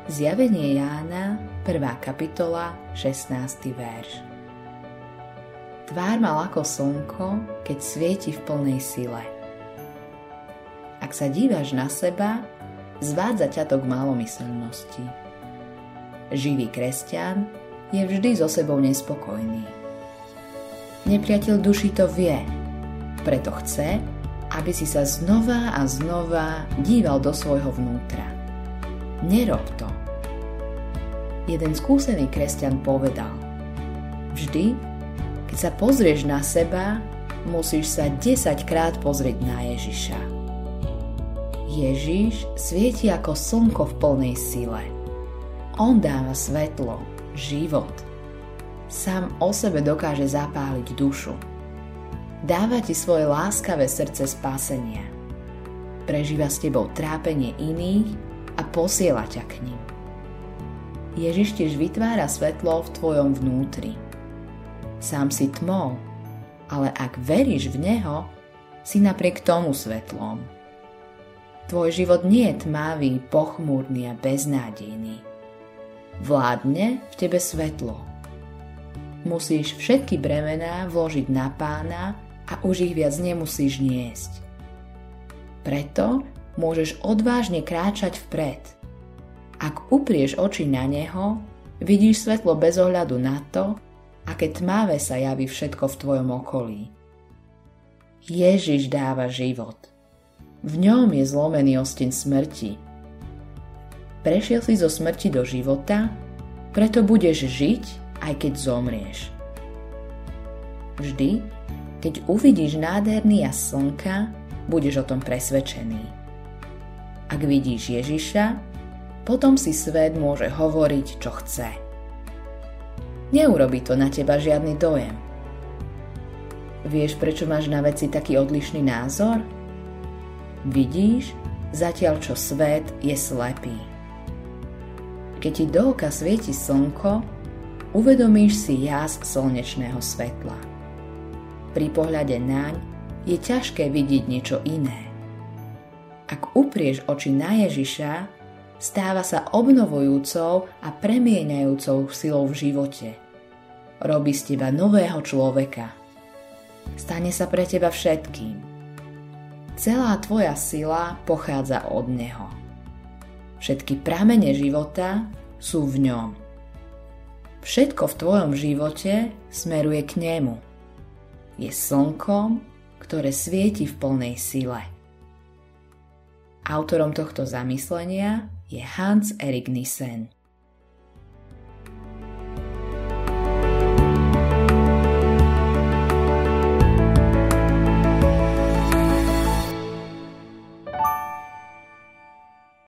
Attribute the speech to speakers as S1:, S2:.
S1: Zjavenie Jána, 1. kapitola, 16. verš. Tvár mal ako slnko, keď svieti v plnej sile. Ak sa dívaš na seba, zvádza ťa to k malomyselnosti. Živý kresťan je vždy so sebou nespokojný. Nepriateľ duši to vie, preto chce, aby si sa znova a znova díval do svojho vnútra. Nerob to. Jeden skúsený kresťan povedal: vždy, keď sa pozrieš na seba, musíš sa 10-krát pozrieť na Ježiša. Ježiš svieti ako slnko v plnej sile. On dáva svetlo, život. Sám o sebe dokáže zapáliť dušu. Dáva ti svoje láskavé srdce spásenia. Prežíva s tebou trápenie iných a posiela ťa k nim. Ježiš tiež vytvára svetlo v tvojom vnútri. Sám si tmou, ale ak veríš v Neho, si napriek tomu svetlom. Tvoj život nie je tmavý, pochmúrny a beznádejný. Vládne v tebe svetlo. Musíš všetky bremená vložiť na Pána a už ich viac nemusíš niesť. Preto môžeš odvážne kráčať vpred. Ak uprieš oči na Neho, vidíš svetlo bez ohľadu na to, aké tmavé sa javí všetko v tvojom okolí. Ježiš dáva život. V ňom je zlomený osteň smrti. Prešiel si zo smrti do života, preto budeš žiť, aj keď zomrieš. Vždy, keď uvidíš nádherný jas slnka, budeš o tom presvedčený. Ak vidíš Ježiša, potom si svet môže hovoriť, čo chce. Neurobí to na teba žiadny dojem. Vieš, prečo máš na veci taký odlišný názor? Vidíš, zatiaľ čo svet je slepý. Keď ti do oka svieti slnko, uvedomíš si jas slnečného svetla. Pri pohľade naň je ťažké vidieť niečo iné. Ak uprieš oči na Ježiša, stáva sa obnovujúcou a premieňajúcou silou v živote. Robí z teba nového človeka. Stane sa pre teba všetkým. Celá tvoja sila pochádza od Neho. Všetky pramene života sú v ňom. Všetko v tvojom živote smeruje k Nemu. Je slnkom, ktoré svieti v plnej sile. Autorom tohto zamyslenia je Hans Erik Nissen.